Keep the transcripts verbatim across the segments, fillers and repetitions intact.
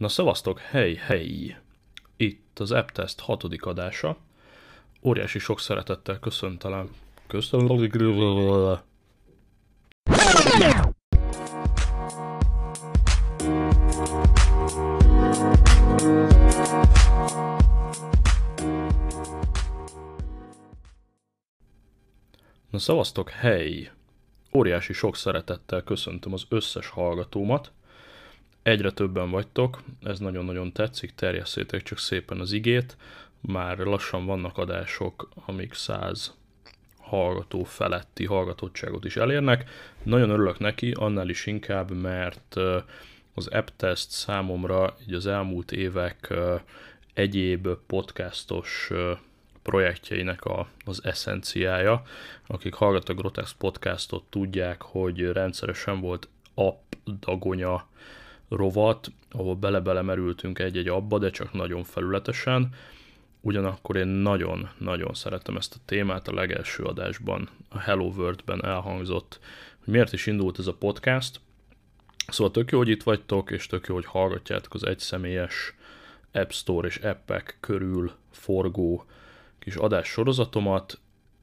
Na szevasztok, hely, hely! Itt az AppTest hatodik adása. Óriási sok szeretettel köszöntelem. Köszönöm. Na szevasztok, hely! Óriási sok szeretettel köszöntöm az összes hallgatómat. Egyre többen vagytok, ez nagyon-nagyon tetszik, terjesszétek csak szépen az igét. Már lassan vannak adások, amik száz hallgató feletti hallgatottságot is elérnek. Nagyon örülök neki, annál is inkább, mert az AppTest számomra így az elmúlt évek egyéb podcastos projektjeinek a, az eszenciája. Akik hallgattak Grotesque podcastot, tudják, hogy rendszeresen volt app dagonya rovat, ahol bele-bele merültünk egy-egy abba, de csak nagyon felületesen. Ugyanakkor én nagyon-nagyon szeretem ezt a témát, a legelső adásban, a Hello World-ben elhangzott, hogy miért is indult ez a podcast. Szóval tök jó, hogy itt vagytok, és tök jó, hogy hallgatjátok az egyszemélyes App Store és appek körül forgó kis adássorozatomat.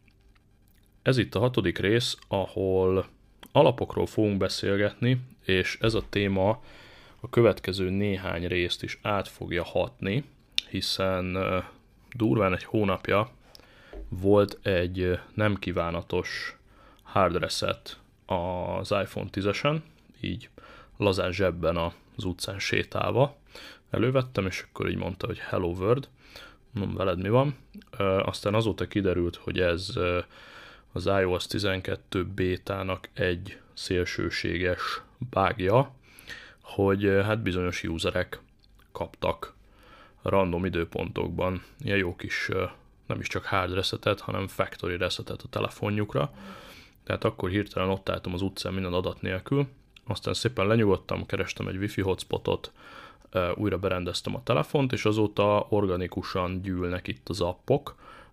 Ez itt a hatodik rész, ahol alapokról fogunk beszélgetni, és ez a téma a következő néhány részt is át fogja hatni, hiszen uh, durván egy hónapja volt egy uh, nem kívánatos hard reset az iPhone tízesen, így lazán zsebben az utcán sétálva elővettem, és akkor így mondta, hogy Hello World, mondom, veled mi van? Uh, aztán azóta kiderült, hogy ez uh, az iOS tizenkettő bétának egy szélsőséges bugja, hogy hát bizonyos userek kaptak random időpontokban ilyen jó kis, nem is csak hard resetet, hanem factory resetet a telefonjukra. Tehát akkor hirtelen ott álltam az utcán minden adat nélkül, aztán szépen lenyugodtam, kerestem egy wifi hotspotot, újra berendeztem a telefont, és azóta organikusan gyűlnek itt az appok.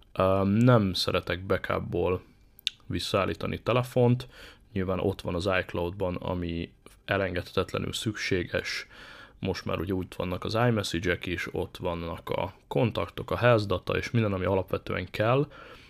Nem szeretek backupból visszaállítani telefont, nyilván ott van az iCloud-ban, ami elengedhetetlenül szükséges. Most már ugye úgy vannak az iMessage-ek is, ott vannak a kontaktok, a health data és minden, ami alapvetően kell,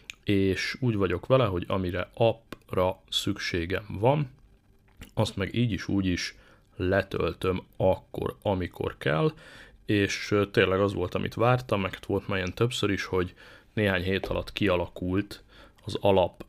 és úgy vagyok vele, hogy amire appra szükségem van, azt meg így is úgy is letöltöm akkor, amikor kell, és tényleg az volt, amit vártam, meg volt már ilyen többször is, hogy néhány hét alatt kialakult az alap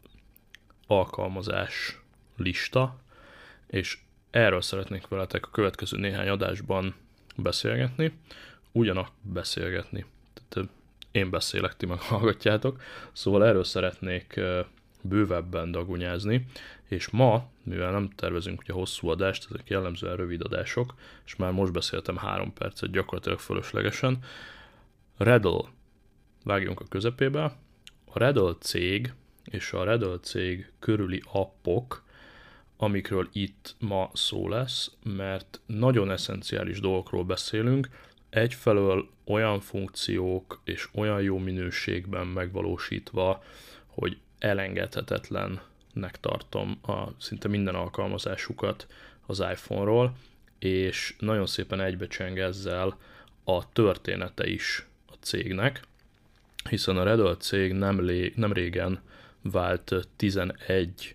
alkalmazás lista, és erről szeretnék veletek a következő néhány adásban beszélgetni, ugyanak beszélgetni. Tehát én beszélek, ti meg hallgatjátok, szóval erről szeretnék bővebben dagonyázni, és ma, mivel nem tervezünk ugye hosszú adást, ezek jellemzően rövid adások, és már most beszéltem három percet gyakorlatilag fölöslegesen, Reddle, vágjunk a közepébe, a Reddle cég és a Reddle cég körüli appok, amikről itt ma szó lesz, mert nagyon eszenciális dolgokról beszélünk, egyfelől olyan funkciók és olyan jó minőségben megvalósítva, hogy elengedhetetlennek tartom a szinte minden alkalmazásukat az iPhone-ról, és nagyon szépen egybecseng ezzel a története is a cégnek, hiszen a Reddle cég nem, lé, nem régen vált tizenegy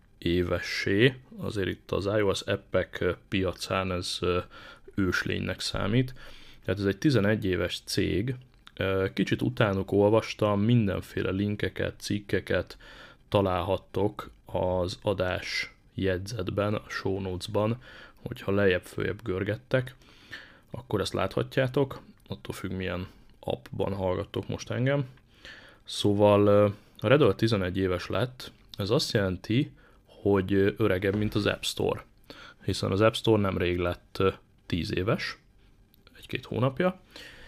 évessé, azért itt az iOS appek piacán ez őslénynek számít. Tehát ez egy tizenegy éves cég, kicsit utánuk olvastam, mindenféle linkeket, cikkeket találhattok az adás jegyzetben, a show notes-ban, hogyha lejjebb-följebb görgettek, akkor ezt láthatjátok, attól függ milyen appban hallgattok most engem. Szóval a Reddle tizenegy éves lett, ez azt jelenti, hogy öregebb, mint az App Store, hiszen az App Store nemrég lett tíz éves, egy-két hónapja.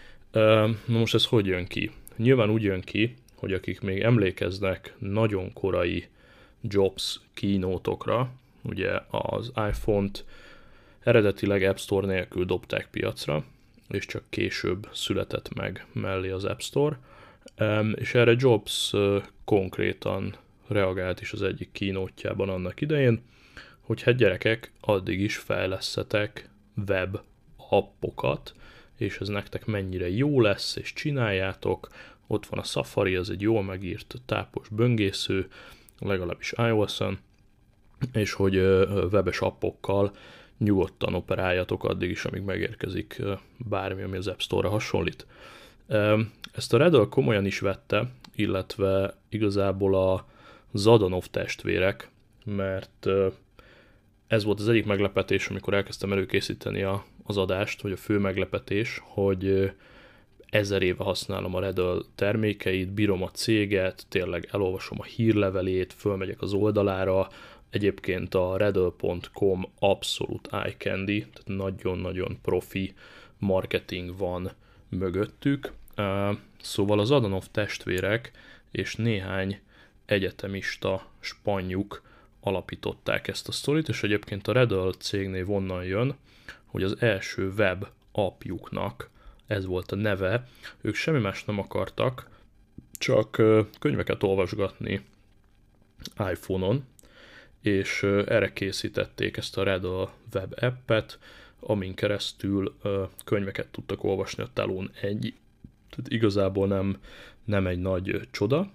Na most ez hogy jön ki? Nyilván úgy jön ki, hogy akik még emlékeznek nagyon korai Jobs keynote-okra, ugye az iPhone-t eredetileg App Store nélkül dobták piacra, és csak később született meg mellé az App Store, és erre Jobs konkrétan reagált is az egyik keynote-jában annak idején, hogy hát gyerekek, addig is fejlesztetek web appokat, és ez nektek mennyire jó lesz, és csináljátok. Ott van a Safari, az egy jól megírt tápos böngésző, legalábbis iOS-on, és hogy webes appokkal nyugodtan operáljatok addig is, amíg megérkezik bármi, ami az App Store-ra hasonlít. Ezt a Redl komolyan is vette, illetve igazából a Zadanov testvérek, mert ez volt az egyik meglepetés, amikor elkezdtem előkészíteni a, az adást, vagy a fő meglepetés, hogy ezer éve használom a Redl termékeit, bírom a céget, tényleg elolvasom a hírlevelét, fölmegyek az oldalára, egyébként a redl pont com abszolút eye candy, tehát nagyon-nagyon profi marketing van mögöttük. Szóval az Zadanov testvérek és néhány egyetemista spanyuk alapították ezt a sztorit, és egyébként a Redl cégnév onnan jön, hogy az első web appjuknak ez volt a neve. Ők semmi más nem akartak, csak könyveket olvasgatni iPhone-on, és erre készítették ezt a Redl web appet, amin keresztül könyveket tudtak olvasni a telón egy. Tehát igazából nem, nem egy nagy csoda.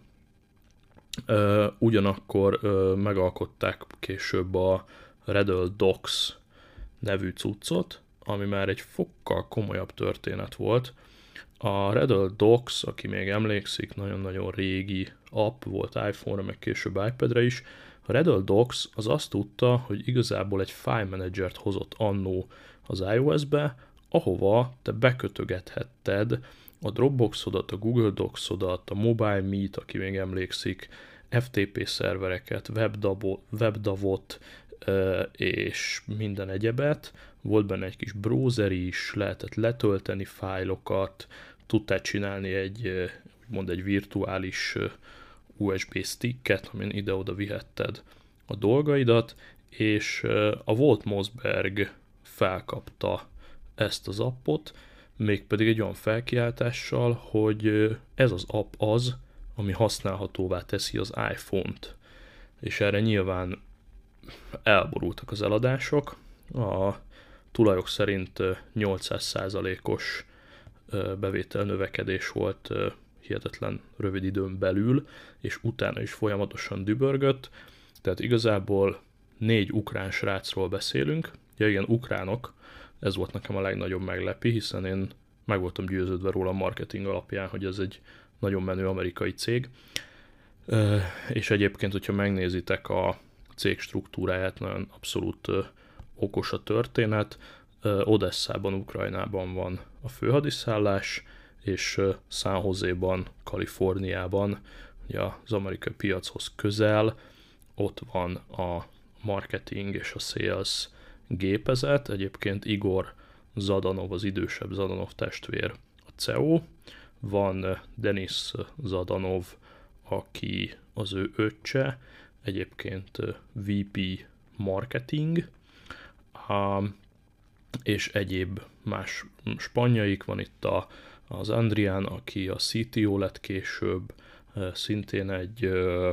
Ugyanakkor megalkották később a Redl Docs nevű cuccot, ami már egy fokkal komolyabb történet volt. A Redl Docs, aki még emlékszik, nagyon-nagyon régi app volt iPhone-ra, meg később iPad-re is. A Redl Docs az azt tudta, hogy igazából egy file managert hozott annó az iOS-be, ahova te bekötögethetted a Dropboxodat, a Google Docsodat, a Mobile Meet, aki még emlékszik, ef té pé szervereket, WebDAV-ot és minden egyebet. Volt benne egy kis browser is, lehetett letölteni fájlokat, tudtál csinálni egy, úgymond egy virtuális u es bé sticket, amin ide-oda vihetted a dolgaidat, és a Walt Mossberg felkapta ezt az appot, mégpedig egy olyan felkiáltással, hogy ez az app az, ami használhatóvá teszi az iPhone-t. És erre nyilván elborultak az eladások. A tulajok szerint nyolcszáz százalékos bevétel növekedés volt hihetetlen rövid időn belül, és utána is folyamatosan dübörgött. Tehát igazából négy ukrán srácról beszélünk. Ja igen, ukránok, ez volt nekem a legnagyobb meglepi, hiszen én meg voltam győződve róla a marketing alapján, hogy ez egy nagyon menő amerikai cég. És egyébként, hogyha megnézitek a cég struktúráját, nagyon abszolút okos a történet. Odesszában, Ukrajnában van a főhadiszállás, és San Joséban, Kaliforniában, ugye az amerikai piachoz közel, ott van a marketing és a sales gépezet. Egyébként Igor Zadanov, az idősebb Zadanov testvér a cé e o, van Denis Zadanov, aki az ő öccse, egyébként vé pé marketing, és egyéb más spanyaik, van itt a, az Andrián, aki a cé té o lett később, szintén egy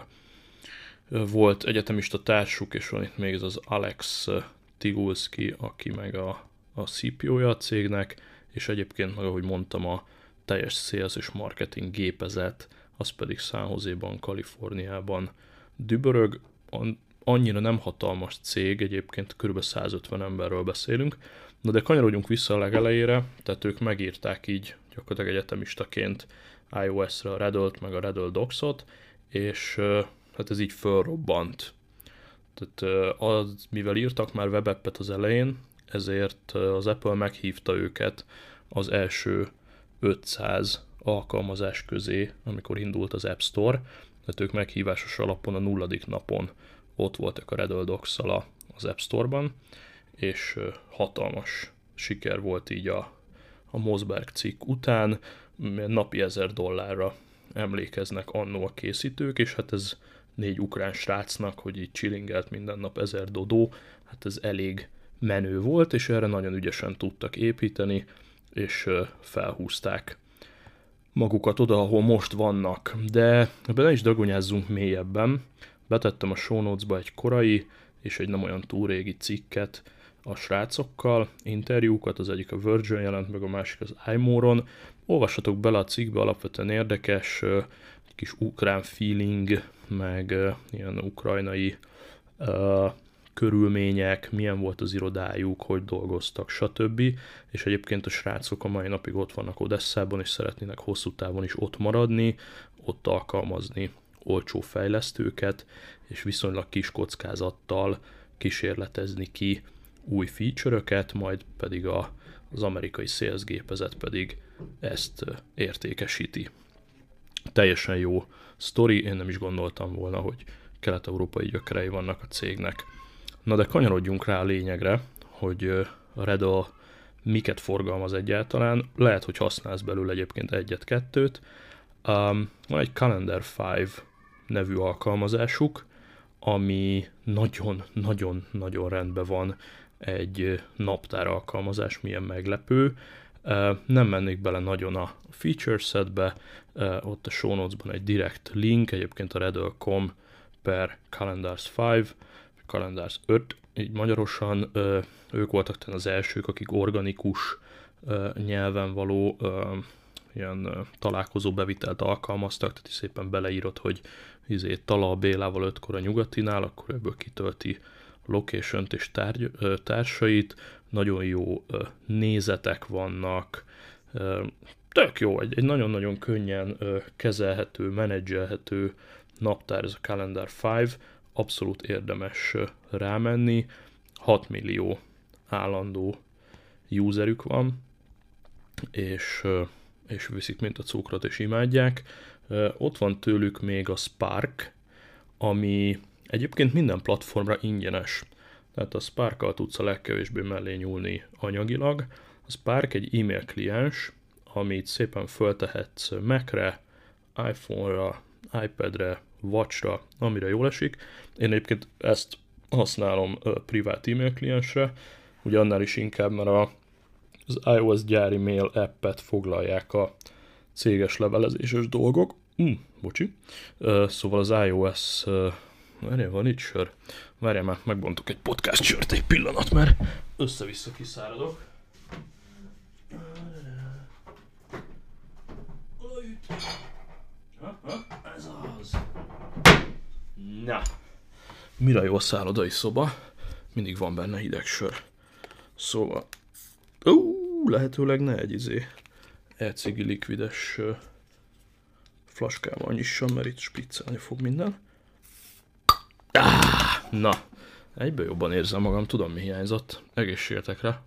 volt egyetemista társuk, és van itt még ez az Alex Tigulski, aki meg a, a cé pé o-ja a cégnek, és egyébként meg, ahogy mondtam, a teljes sales és marketing gépezet, az pedig San Joséban, Kaliforniában dübörög. Annyira nem hatalmas cég, egyébként kb. százötven emberről beszélünk, na de kanyarodjunk vissza a legelejére, tehát ők megírták így gyakorlatilag egyetemistaként iOS-re a Redl-t, meg a Redl Docs-ot, és hát ez így fölrobbant. Tehát az, mivel írtak már webappet az elején, ezért az Apple meghívta őket az első ötszáz alkalmazás közé, amikor indult az App Store, tehát ők meghívásos alapon a nulladik napon ott voltak a Redl Docs-szal az App Store-ban, és hatalmas siker volt így a, a Mossberg cikk után, napi ezer dollárra emlékeznek annó a készítők, és hát ez négy ukrán srácnak, hogy így chillingelt minden nap ezer dodó, hát ez elég menő volt, és erre nagyon ügyesen tudtak építeni, és felhúzták magukat oda, ahol most vannak. De bele is dagonyázzunk mélyebben. Betettem a show notes-ba egy korai és egy nem olyan túl régi cikket a srácokkal, interjúkat, az egyik a Virgin jelent meg, a másik az iMore-on. Olvassatok bele a cikkbe, alapvetően érdekes, egy kis ukrán feeling, meg ilyen ukrajnai uh, körülmények, milyen volt az irodájuk, hogy dolgoztak, stb. És egyébként a srácok a mai napig ott vannak Odesszában, és szeretnének hosszú távon is ott maradni, ott alkalmazni olcsó fejlesztőket, és viszonylag kis kockázattal kísérletezni ki új feature-öket, majd pedig a, az amerikai sales gépezet pedig ezt értékesíti. Teljesen jó sztori, én nem is gondoltam volna, hogy kelet-európai gyökerei vannak a cégnek. Na de kanyarodjunk rá a lényegre, hogy a Redl miket forgalmaz egyáltalán. Lehet, hogy használsz belőle egyébként egyet-kettőt. Um, van egy Calendar öt nevű alkalmazásuk, ami nagyon-nagyon-nagyon rendben van, egy naptár alkalmazás, milyen meglepő. Nem mennék bele nagyon a feature setbe, ott a show notes-ban egy direkt link, egyébként a redl pont com per calendars öt, calendars öt, így magyarosan ők voltak talán az elsők, akik organikus nyelven való ilyen találkozó bevitelt alkalmaztak, tehát szépen beleírod, hogy izé, Tala a Bélával ötkor a Nyugatinál, akkor ebből kitölti a location-t és tárgy, társait, nagyon jó nézetek vannak, tök jó, egy, egy nagyon-nagyon könnyen kezelhető, menedzselhető naptár ez a Calendar öt, abszolút érdemes rámenni, hat millió állandó userük van, és, és viszik mint a cukrot, és imádják. Ott van tőlük még a Spark, ami egyébként minden platformra ingyenes. Tehát a Sparkkal tudsz a legkevésbé mellé nyúlni anyagilag. A Spark egy e-mail kliens, amit szépen föltehetsz Macre, iPhone-ra, iPad-re, Watch-ra, amire jól esik. Én egyébként ezt használom privát e-mail kliensre, ugye annál is inkább, mert a, az iOS gyári mail appet foglalják a céges levelezéses dolgok. Mm, bocsi. Uh, szóval az iOS... Uh, várjál, van itt sör? Várjál már, megbontok egy podcast sört egy pillanat, mert össze-vissza kiszáradok. Ez az. Na. Mire jó a szállodai szoba? Mindig van benne hideg sör. Szóval... Ó, lehetőleg ne egy izé... e-cigi likvides uh, flaskával nyissam, mert itt spriccelni fog minden. Ah, na, egyből jobban érzem magam, tudom mi hiányzott. Egészségetekre.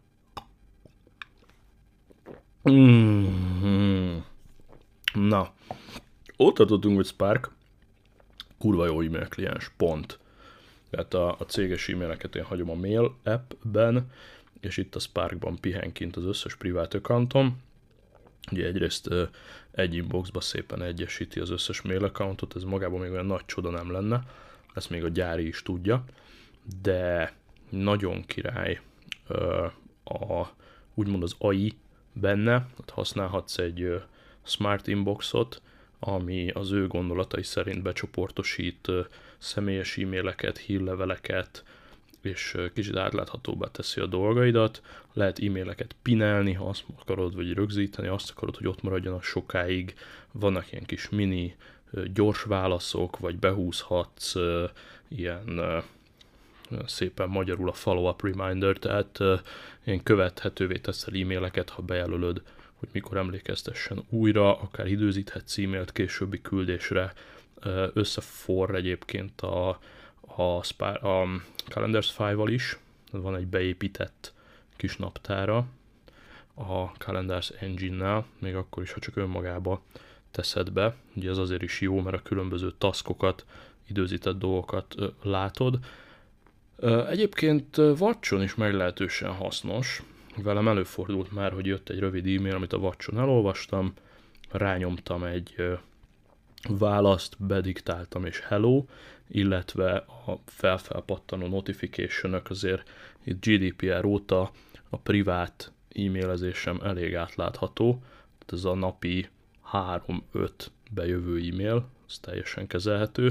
Mm-hmm. Na, ott tartottunk, hogy Spark kurva jó e-mail kliens, pont. Tehát a, a céges e-maileket én hagyom a mail appben, és itt a Sparkban pihen kint az összes privát accountom. Ugye egyrészt egy inboxba szépen egyesíti az összes mail accountot, ez magában még olyan nagy csoda nem lenne, ezt még a gyári is tudja, de nagyon király a, úgymond az á i benne, használhatsz egy smart inboxot, ami az ő gondolatai szerint becsoportosít személyes e-maileket, hírleveleket, és kicsit átláthatóbbá teszi a dolgaidat. Lehet e-maileket pinelni, ha azt akarod, vagy rögzíteni, azt akarod, hogy ott maradjanak sokáig. Vannak ilyen kis mini gyors válaszok, vagy behúzhatsz ilyen szépen magyarul a follow-up reminder, tehát ilyen követhetővé teszel e-maileket, ha bejelölöd, hogy mikor emlékeztessen újra, akár időzíthetsz e-mailt későbbi küldésre, összeforr egyébként a, a, Spar- a Calendars ötvel is, van egy beépített kis naptára a Calendars Engine-nál, még akkor is, ha csak önmagába teszed be. Ugye ez azért is jó, mert a különböző taskokat, időzített dolgokat látod. Egyébként Watch-on is meglehetősen hasznos. Velem előfordult már, hogy jött egy rövid e-mail, amit a Watch-on elolvastam, rányomtam egy választ, bediktáltam és hello, illetve a felfelpattanó notification-ök azért itt gé dé pé er óta a privát e-mailezésem elég átlátható, tehát ez a napi három-öt bejövő e-mail, ez teljesen kezelhető,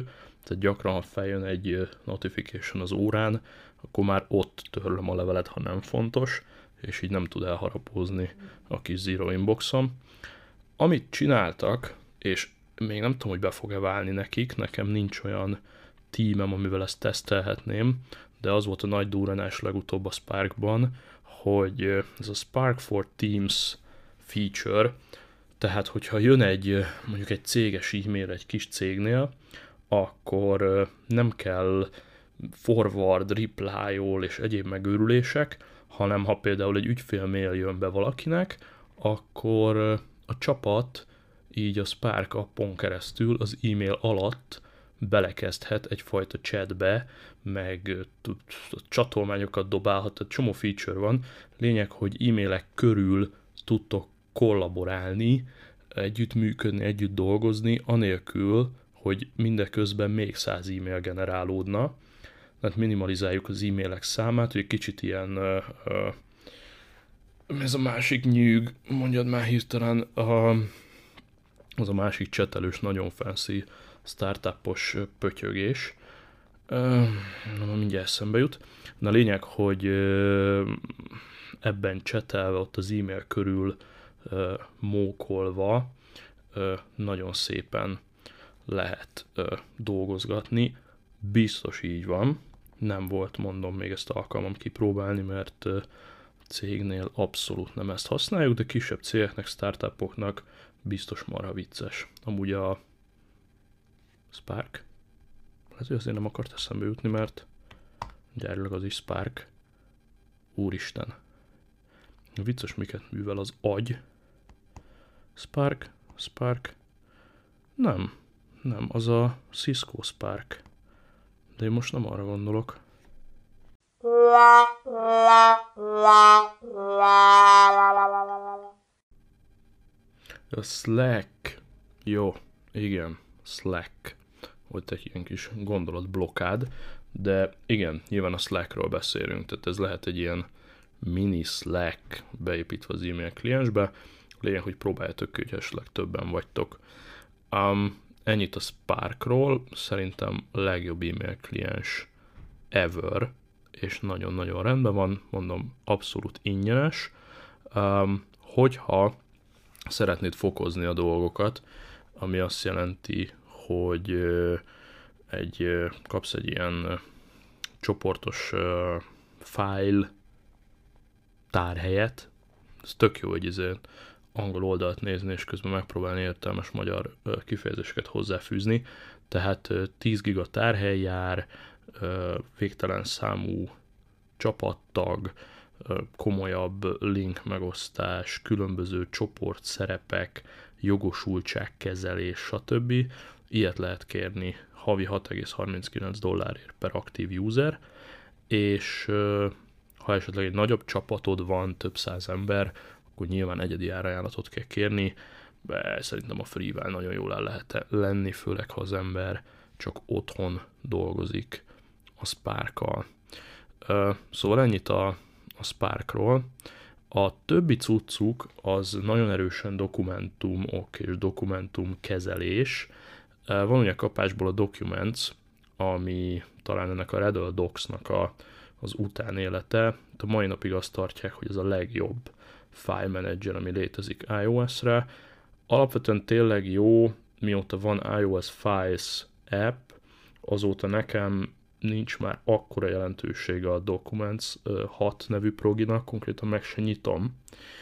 Tehát gyakran, ha feljön egy notification az órán, akkor már ott törlöm a levelet, ha nem fontos, és így nem tud elharapózni a kis zero inboxom. Amit csináltak, és még nem tudom, hogy be fog-e válni nekik, nekem nincs olyan tímem, amivel ezt tesztelhetném, de az volt a nagy durranás legutóbb a Sparkban, hogy ez a Spark for Teams feature, tehát hogyha jön egy, mondjuk egy céges e-mail egy kis cégnél, akkor nem kell forward, reply-ol és egyéb megőrülések, hanem ha például egy ügyfélmail jön be valakinek, akkor a csapat így a Spark appon keresztül az e-mail alatt belekezdhet egyfajta chatbe, meg csatolmányokat dobálhat, tehát csomó feature van. Lényeg, hogy e-mailek körül tudtok kollaborálni, együtt működni, együtt dolgozni, anélkül, hogy mindeközben még száz e-mail generálódna. Tehát minimalizáljuk az e-mailek számát, hogy egy kicsit ilyen uh, uh, ez a másik nyűg, mondjad már hirtelen, uh, az a másik csetelős, nagyon fancy startupos pötyögés. Uh, na, mindjárt eszembe jut. Na lényeg, hogy uh, ebben csetelve, ott az e-mail körül uh, mókolva uh, nagyon szépen lehet uh, dolgozgatni. Biztos így van. Nem volt, mondom, még ezt alkalmam kipróbálni, mert uh, cégnél abszolút nem ezt használjuk, de kisebb cégeknek, startupoknak biztos marha vicces. Amúgy a Spark, lehet, hogy azért nem akart eszembe jutni, mert gyárilag az is Spark. Úristen. Vicces, miket művel az agy. Spark, Spark. Nem, nem, az a Cisco Spark. De én most nem arra gondolok. A Slack. Jó, igen, Slack. Volt egy ilyen kis gondolatblokkád, de igen, nyilván a Slackról beszélünk, tehát ez lehet egy ilyen mini Slack beépítve az e-mail kliensbe. Lényeg, hogy próbáljátok ki, hogy esetleg többen vagytok. Um, ennyit a Sparkról, szerintem a legjobb e-mail kliens ever, és nagyon-nagyon rendben van, mondom, abszolút ingyenes. Um, hogyha szeretnéd fokozni a dolgokat, ami azt jelenti, hogy uh, egy, uh, kapsz egy ilyen uh, csoportos uh, file tárhelyet, ez tök jó, hogy ezért angol oldalt nézni, és közben megpróbálni értelmes magyar uh, kifejezéseket hozzáfűzni. Tehát uh, tíz giga tárhely jár, uh, végtelen számú csapattag, uh, komolyabb link megosztás, különböző csoportszerepek, jogosultságkezelés, stb. Ilyet lehet kérni havi hat egész harminckilenc dollárért per aktív user, és uh, ha esetleg egy nagyobb csapatod van, több száz ember, akkor nyilván egyedi árajánlatot kell kérni, de szerintem a free-vel nagyon jól el lehet lenni, főleg ha az ember csak otthon dolgozik a Spark-kal. Uh, szóval ennyit a, a Sparkról. A többi cuccuk az nagyon erősen dokumentumok és dokumentumkezelés. Uh, van ugye kapásból a Documents, ami talán ennek a Redel Docs-nak a, az utánélete. A mai napig azt tartják, hogy ez a legjobb file manager, ami létezik iOS-re. Alapvetően tényleg jó, mióta van iOS Files app, azóta nekem nincs már akkora jelentősége a Documents hat nevű proginak, konkrétan meg se nyitom,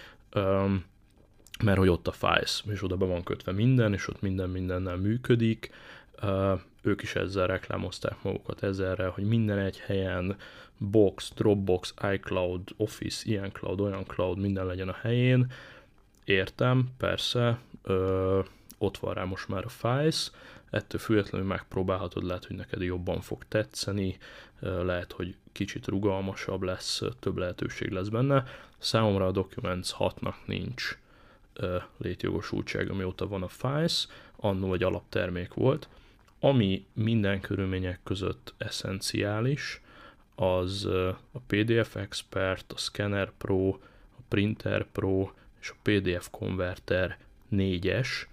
mert hogy ott a Files, és oda be van kötve minden, és ott minden mindennel működik. Ők is ezzel reklámozták magukat ezerre, hogy minden egy helyen, Box, Dropbox, iCloud, Office, ilyen cloud, olyan cloud, minden legyen a helyén. Értem, persze, ö, ott van rá most már a Files, ettől függetlenül megpróbálhatod, lehet, hogy neked jobban fog tetszeni, ö, lehet, hogy kicsit rugalmasabb lesz, több lehetőség lesz benne. Számomra a Documents hatnak nincs ö, létjogosultság, amióta van a Files, annó egy alaptermék volt. Ami minden körülmények között eszenciális, az a pé dé ef Expert, a Scanner Pro, a Printer Pro és a pé dé ef Converter négyes.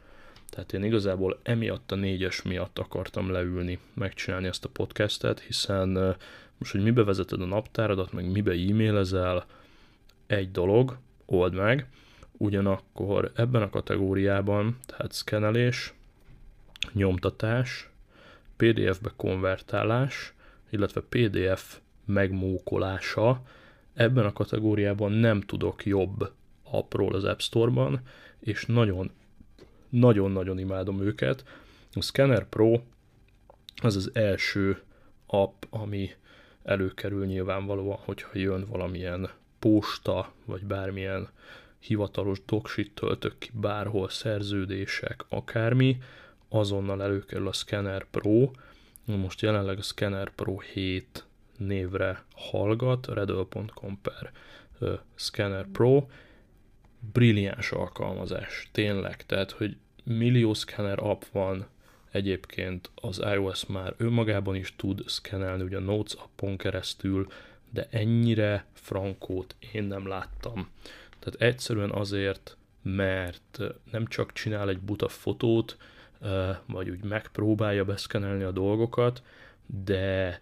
Tehát én igazából emiatt a négyes miatt akartam leülni, megcsinálni ezt a podcastet, hiszen most, hogy mibe vezeted a naptáradat, meg mibe e-mailezel, egy dolog, old meg, ugyanakkor ebben a kategóriában, tehát szkennelés, nyomtatás, pé dé ef-be konvertálás, illetve pé dé ef megmókolása, ebben a kategóriában nem tudok jobb appról az App Store-ban, és nagyon, nagyon-nagyon imádom őket. A Scanner Pro az az első app, ami előkerül nyilvánvalóan, hogyha jön valamilyen posta, vagy bármilyen hivatalos doksit töltök ki, bárhol szerződések, akármi, azonnal előkerül a Scanner Pro. Most jelenleg a Scanner Pro hét névre hallgat, redl pont com per uh, Scanner Pro. Brilliáns alkalmazás, tényleg, tehát, hogy millió Scanner app van, egyébként az iOS már önmagában is tud szkennelni, ugye a Notes appon keresztül, de ennyire frankót én nem láttam. Tehát egyszerűen azért, mert nem csak csinál egy buta fotót, vagy úgy megpróbálja beszkennelni a dolgokat, de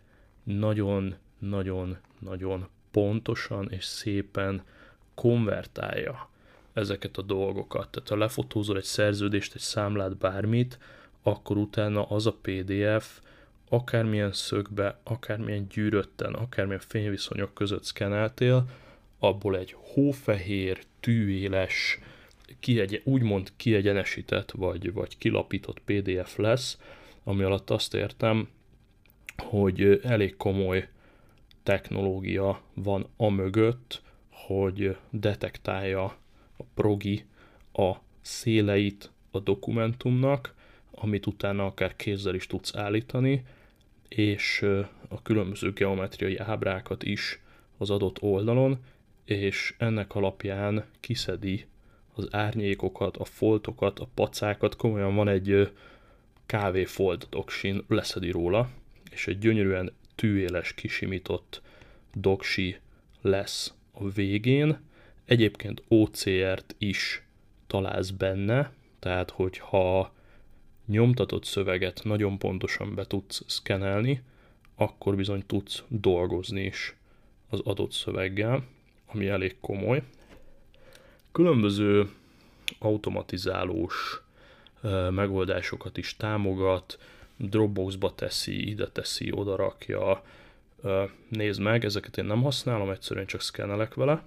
nagyon-nagyon-nagyon pontosan és szépen konvertálja ezeket a dolgokat. Tehát ha lefotózol egy szerződést, egy számlát, bármit, akkor utána az a pé dé ef akármilyen szögbe, akármilyen gyűrötten, akármilyen fényviszonyok között szkenneltél, abból egy hófehér, tűéles, kiegyen, úgymond kiegyenesített vagy, vagy kilapított pé dé ef lesz, ami alatt azt értem, hogy elég komoly technológia van amögött, hogy detektálja a progi a széleit a dokumentumnak, amit utána akár kézzel is tudsz állítani, és a különböző geometriai ábrákat is az adott oldalon, és ennek alapján kiszedi az árnyékokat, a foltokat, a pacákat, komolyan van egy kávéfolt doksin, leszedi róla, és egy gyönyörűen tűéles, kisimított doksi lesz a végén. Egyébként o cé er-t is találsz benne, tehát hogyha nyomtatott szöveget nagyon pontosan be tudsz szkennelni, akkor bizony tudsz dolgozni is az adott szöveggel, ami elég komoly. Különböző automatizálós megoldásokat is támogat, Dropboxba teszi, ide teszi, oda rakja. Nézd meg, ezeket én nem használom, egyszerűen csak szkennelek vele.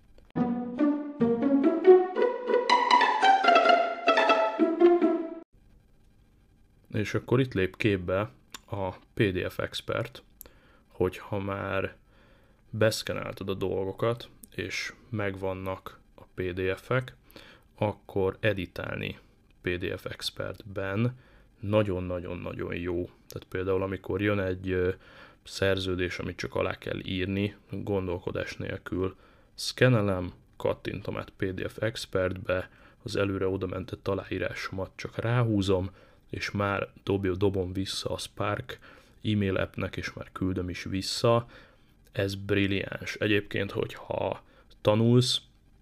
És akkor itt lép képbe a pé dé ef Expert, hogyha már beszkennelted a dolgokat, és megvannak a pé dé ef-ek, akkor editálni pé dé ef Expertben nagyon-nagyon-nagyon jó. Tehát például amikor jön egy szerződés, amit csak alá kell írni, gondolkodás nélkül szkennelem, kattintom át pé dé ef Expertbe, az előre oda mentett aláírásomat csak ráhúzom, és már dobja, dobom vissza a Spark e-mail appnek, és már küldöm is vissza. Ez brilliáns. Egyébként, hogyha tanulsz,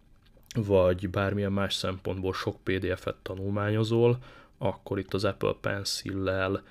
vagy bármilyen más szempontból sok pé dé ef-et tanulmányozol, akkor itt az Apple Pencil-lel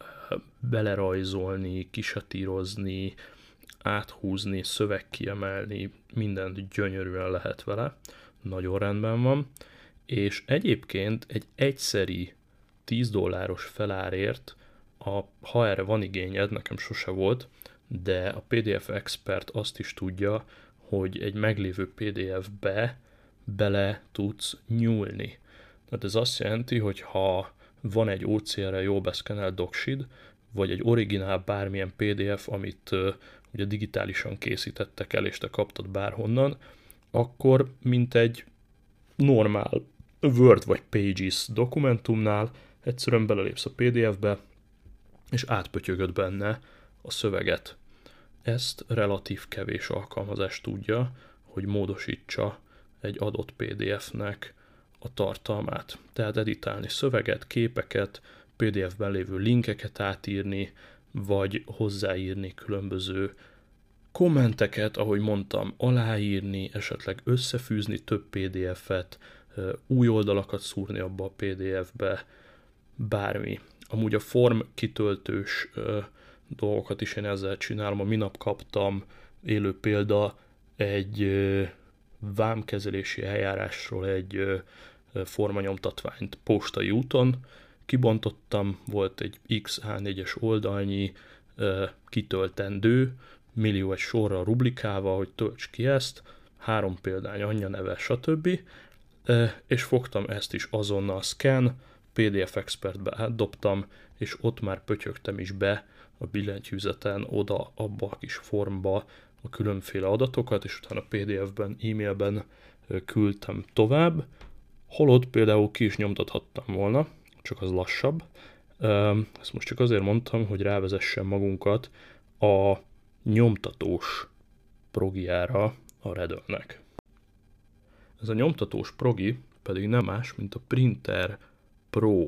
belerajzolni, kisatírozni, áthúzni, szöveg kiemelni, mindent gyönyörűen lehet vele. Nagyon rendben van. És egyébként egy egyszeri tíz dolláros felárért, a, ha erre van igényed, nekem sose volt, de a pé dé ef Expert azt is tudja, hogy egy meglévő pé dé ef-be bele tudsz nyúlni. Tehát ez azt jelenti, hogy ha van egy o cé er-rel jól beszkennelt doksid, vagy egy originál bármilyen pé dé ef, amit uh, ugye digitálisan készítettek el, és te kaptad bárhonnan, akkor mint egy normál Word vagy Pages dokumentumnál egyszerűen belelépsz a pé dé ef-be, és átpötyögöd benne a szöveget. Ezt relatív kevés alkalmazás tudja, hogy módosítsa egy adott pé dé ef-nek a tartalmát. Tehát editálni szöveget, képeket, pé dé ef-ben lévő linkeket átírni, vagy hozzáírni különböző kommenteket, ahogy mondtam, aláírni, esetleg összefűzni több pé dé ef-et, új oldalakat szúrni abba a pé dé ef-be, bármi. Amúgy a form kitöltős ö, dolgokat is én ezzel csinálom. A minap kaptam, élő példa, egy ö, vámkezelési eljárásról egy ö, formanyomtatványt postai úton. Kibontottam, volt egy X á négyes oldalnyi ö, kitöltendő, millió egy sorra rublikálva, hogy tölts ki ezt, három példány, anyja neve, stb. És fogtam ezt is azonnal scan, pé dé ef Expertbe átdobtam, és ott már pötyögtem is be a billentyűzeten oda, abba a kis formba a különféle adatokat, és utána pé dé ef-ben, e-mailben küldtem tovább. Holott például ki is nyomtathattam volna, csak az lassabb. Ezt most csak azért mondtam, hogy rávezessen magunkat a nyomtatós progiára a Redl-nek. Ez a nyomtatós progi pedig nem más, mint a Printer Pro.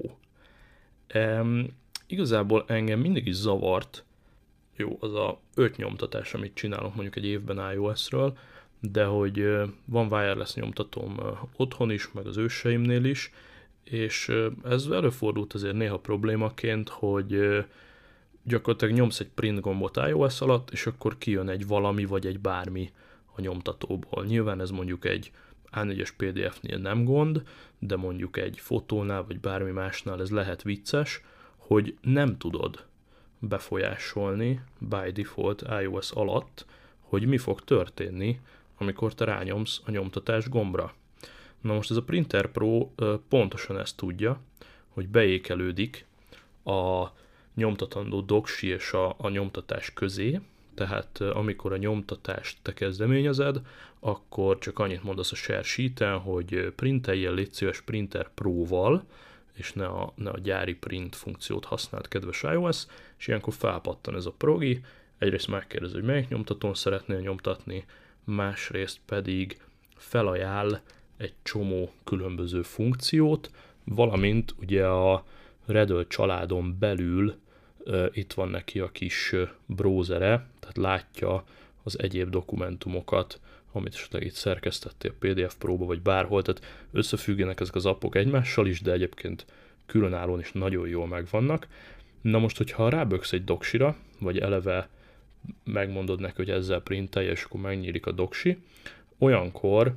Ehm, igazából engem mindig is zavart, jó, az a öt nyomtatás, amit csinálok mondjuk egy évben iOS-ről, de hogy van wireless nyomtatóm otthon is, meg az őseimnél is, és ez előfordult azért néha problémaként, hogy gyakorlatilag nyomsz egy print gombot iOS alatt, és akkor kijön egy valami vagy egy bármi a nyomtatóból. Nyilván ez mondjuk egy á négyes pé dé ef-nél nem gond, de mondjuk egy fotónál vagy bármi másnál ez lehet vicces, hogy nem tudod befolyásolni by default iOS alatt, hogy mi fog történni, amikor te rányomsz a nyomtatás gombra. Na most ez a Printer Pro pontosan ezt tudja, hogy beékelődik a nyomtatandó doksi és a, a nyomtatás közé, tehát amikor a nyomtatást te kezdeményezed, akkor csak annyit mondasz a share sheeten, hogy printeljél, légy szíves Printer Pro-val, és ne a, ne a gyári print funkciót használt, kedves iOS, és ilyenkor felpattan ez a progi, egyrészt megkérdez, hogy melyik nyomtatón szeretnél nyomtatni, másrészt pedig felajánl egy csomó különböző funkciót, valamint ugye a Redl családon belül uh, itt van neki a kis browsere, tehát látja az egyéb dokumentumokat, amit esetleg itt szerkesztettél pé dé ef Pro-ba, vagy bárhol, tehát összefüggenek ezek az appok egymással is, de egyébként különállóan is nagyon jól megvannak. Na most, hogyha ráböksz egy doksira, vagy eleve megmondod neki, hogy ezzel printelj, és akkor megnyílik a doksi, olyankor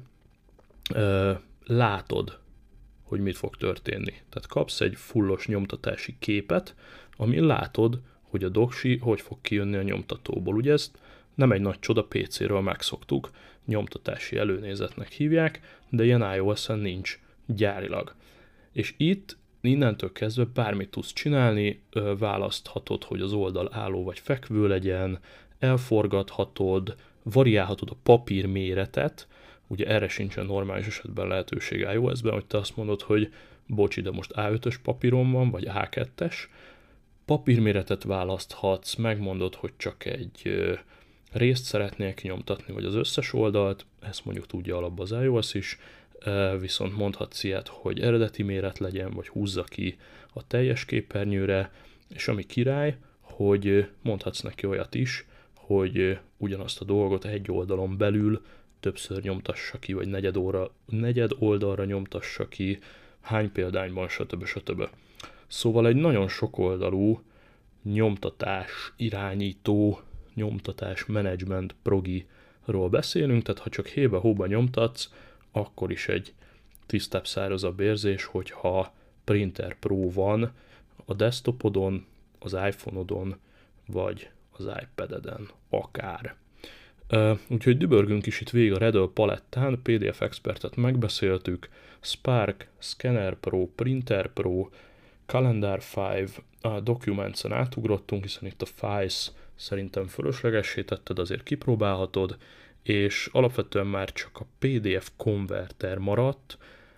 ö, látod, hogy mit fog történni. Tehát kapsz egy fullos nyomtatási képet, ami látod, hogy a doksi hogy fog kijönni a nyomtatóból. Ugye ezt nem egy nagy csoda, pé céről megszoktuk, nyomtatási előnézetnek hívják, de ilyen iOS-en nincs gyárilag. És itt innentől kezdve bármit tudsz csinálni, választhatod, hogy az oldal álló vagy fekvő legyen, elforgathatod, variálhatod a papír méretet, ugye erre sincsen normális esetben lehetőség iOS-ben, hogy te azt mondod, hogy bocs, de most á ötös papíron van, vagy á kettes, papírméretet választhatsz, megmondod, hogy csak egy részt szeretnél kinyomtatni, vagy az összes oldalt, ezt mondjuk tudja alapban az iOS is, viszont mondhatsz ilyet, hogy eredeti méret legyen, vagy húzza ki a teljes képernyőre, és ami király, hogy mondhatsz neki olyat is, hogy ugyanazt a dolgot egy oldalon belül többször nyomtassa ki, vagy negyed, óra, negyed oldalra nyomtassa ki, hány példányban, stb. stb. Szóval egy nagyon sokoldalú nyomtatás irányító, nyomtatás menedzsment progiról beszélünk, tehát ha csak hébe-hóba nyomtatsz, akkor is egy tisztább, szárazabb érzés, hogyha Printer Pro van a desktopodon, az iPhone-odon, vagy az iPad-eden akár. Uh, úgyhogy dübörgünk is itt végig a Redl palettán, pé dé ef Expertet megbeszéltük, Spark, Scanner Pro, Printer Pro, Calendar öt, a Documents-en átugrottunk, hiszen itt a Files szerintem fölöslegessé tetted, azért kipróbálhatod, és alapvetően már csak a pé dé ef konverter maradt,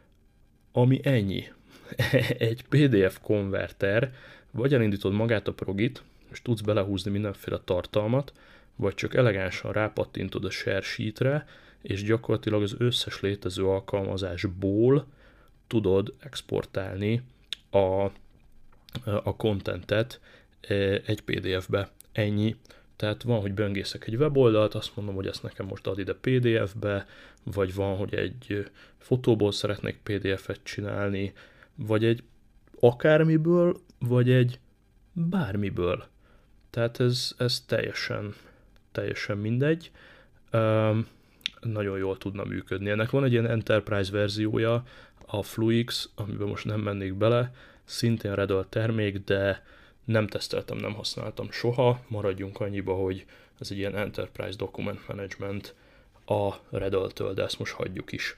ami ennyi. Egy pé dé ef konverter, vagy elindítod magát a progit, és tudsz belehúzni mindenféle tartalmat, vagy csak elegánsan rápattintod a share sheetre, és gyakorlatilag az összes létező alkalmazásból tudod exportálni a, a contentet egy pé dé ef-be. Ennyi. Tehát van, hogy böngészek egy weboldalt, azt mondom, hogy ezt nekem most ad ide pé dé ef-be, vagy van, hogy egy fotóból szeretnék pé dé ef-et csinálni, vagy egy akármiből, vagy egy bármiből. Tehát ez, ez teljesen, teljesen mindegy. Um, nagyon jól tudna működni. Ennek van egy ilyen Enterprise verziója, a Fluix, amiben most nem mennék bele, szintén Redol termék, de nem teszteltem, nem használtam soha, maradjunk annyiba, hogy ez egy ilyen Enterprise Document Management a Redol-től, de ezt most hagyjuk is.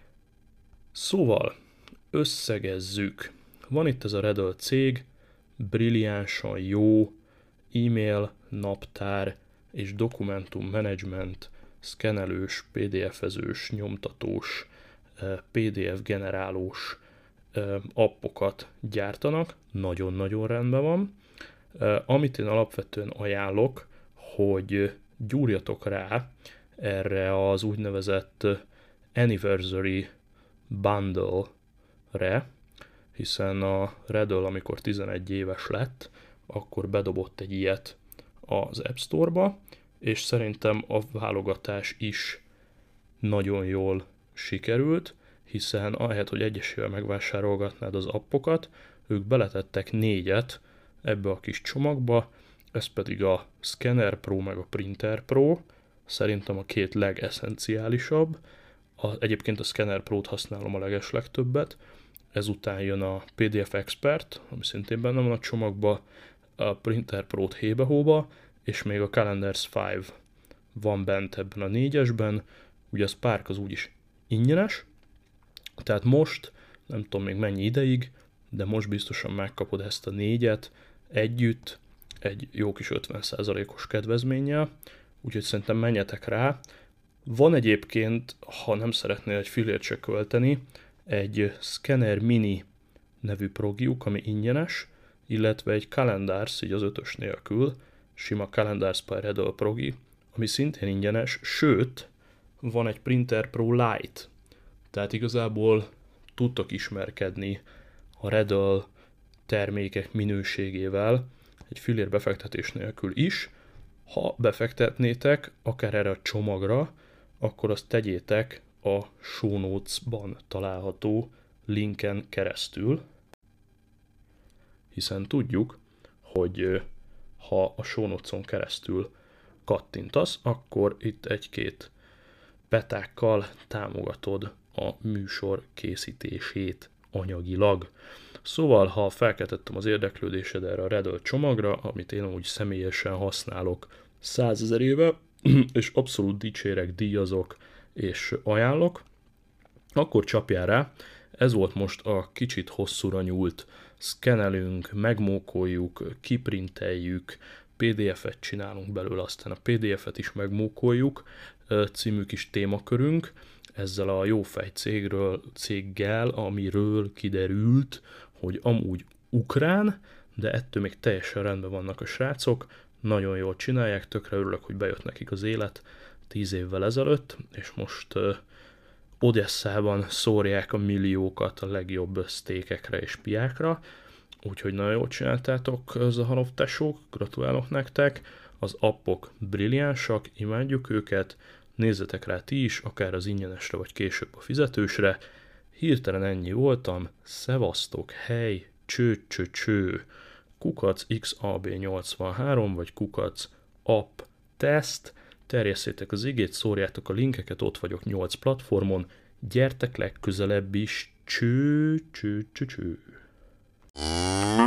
Szóval, összegezzük. Van itt ez a Redol cég, brilliánsan jó e-mail, naptár és dokumentum management, szkenelős, pé dé ef-ezős, nyomtatós, pé dé ef generálós appokat gyártanak, nagyon-nagyon rendben van. Amit én alapvetően ajánlok, hogy gyúrjatok rá erre az úgynevezett Anniversary Bundle-re, hiszen a Redol, amikor tizenegy éves lett, akkor bedobott egy ilyet az App Store-ba, és szerintem a válogatás is nagyon jól sikerült, hiszen ahelyett, hogy egyesével megvásárolgatnád az appokat, ők beletettek négyet ebbe a kis csomagba, ez pedig a Scanner Pro meg a Printer Pro, szerintem a két legeszenciálisabb. A, egyébként a Scanner Pro-t használom a legeslegtöbbet, ezután jön a pé dé ef Expert, ami szintén benne van a csomagba, a Printer Pro-t hébe-hóba, és még a Calendars öt van bent ebben a négyesben, ugye a Spark az úgyis ingyenes, tehát most, nem tudom még mennyi ideig, de most biztosan megkapod ezt a négyet együtt, egy jó kis ötven százalékos kedvezménnyel, úgyhogy szerintem menjetek rá. Van egyébként, ha nem szeretnél egy fillért se költeni, egy Scanner Mini nevű progiuk, ami ingyenes, illetve egy Calendars, így az ötös nélkül, sima Calendars per Redol progi, ami szintén ingyenes, sőt, van egy Printer Pro Lite, tehát igazából tudtok ismerkedni a Redol termékek minőségével egy fillér befektetés nélkül is. Ha befektetnétek, akár erre a csomagra, akkor azt tegyétek a show notes-ban található linken keresztül, hiszen tudjuk, hogy ha a show notes-on keresztül kattintasz, akkor itt egy-két petákkal támogatod a műsor készítését anyagilag. Szóval, ha felkeltettem az érdeklődésed erre a Redol csomagra, amit én úgy személyesen használok százezer éve, és abszolút dicsérek, díjazok és ajánlok, akkor csapjál rá. Ez volt most a kicsit hosszúra nyúlt, szkenelünk, megmókoljuk, kiprinteljük, pé dé ef-et csinálunk belőle, aztán a pé dé ef-et is megmókoljuk, című kis témakörünk, ezzel a jófej cégről, céggel, amiről kiderült, hogy amúgy ukrán, de ettől még teljesen rendben vannak a srácok, nagyon jól csinálják, tökre örülök, hogy bejött nekik az élet tíz évvel ezelőtt, és most uh, Odesszában szórják a milliókat a legjobb sztékekre és piákra, úgyhogy nagyon jól csináltátok, Zaharov tesók, gratulálok nektek, az appok brilliánsak, imádjuk őket, nézzetek rá ti is, akár az ingyenesre, vagy később a fizetősre. Hirtelen ennyi voltam, szevasztok, hely, cső, cső, cső, kukac iksz á bé nyolcvanhárom, vagy kukac app test, terjesszétek az igét, szórjátok a linkeket, ott vagyok nyolc platformon, gyertek legközelebb is, cső, cső, cső, cső.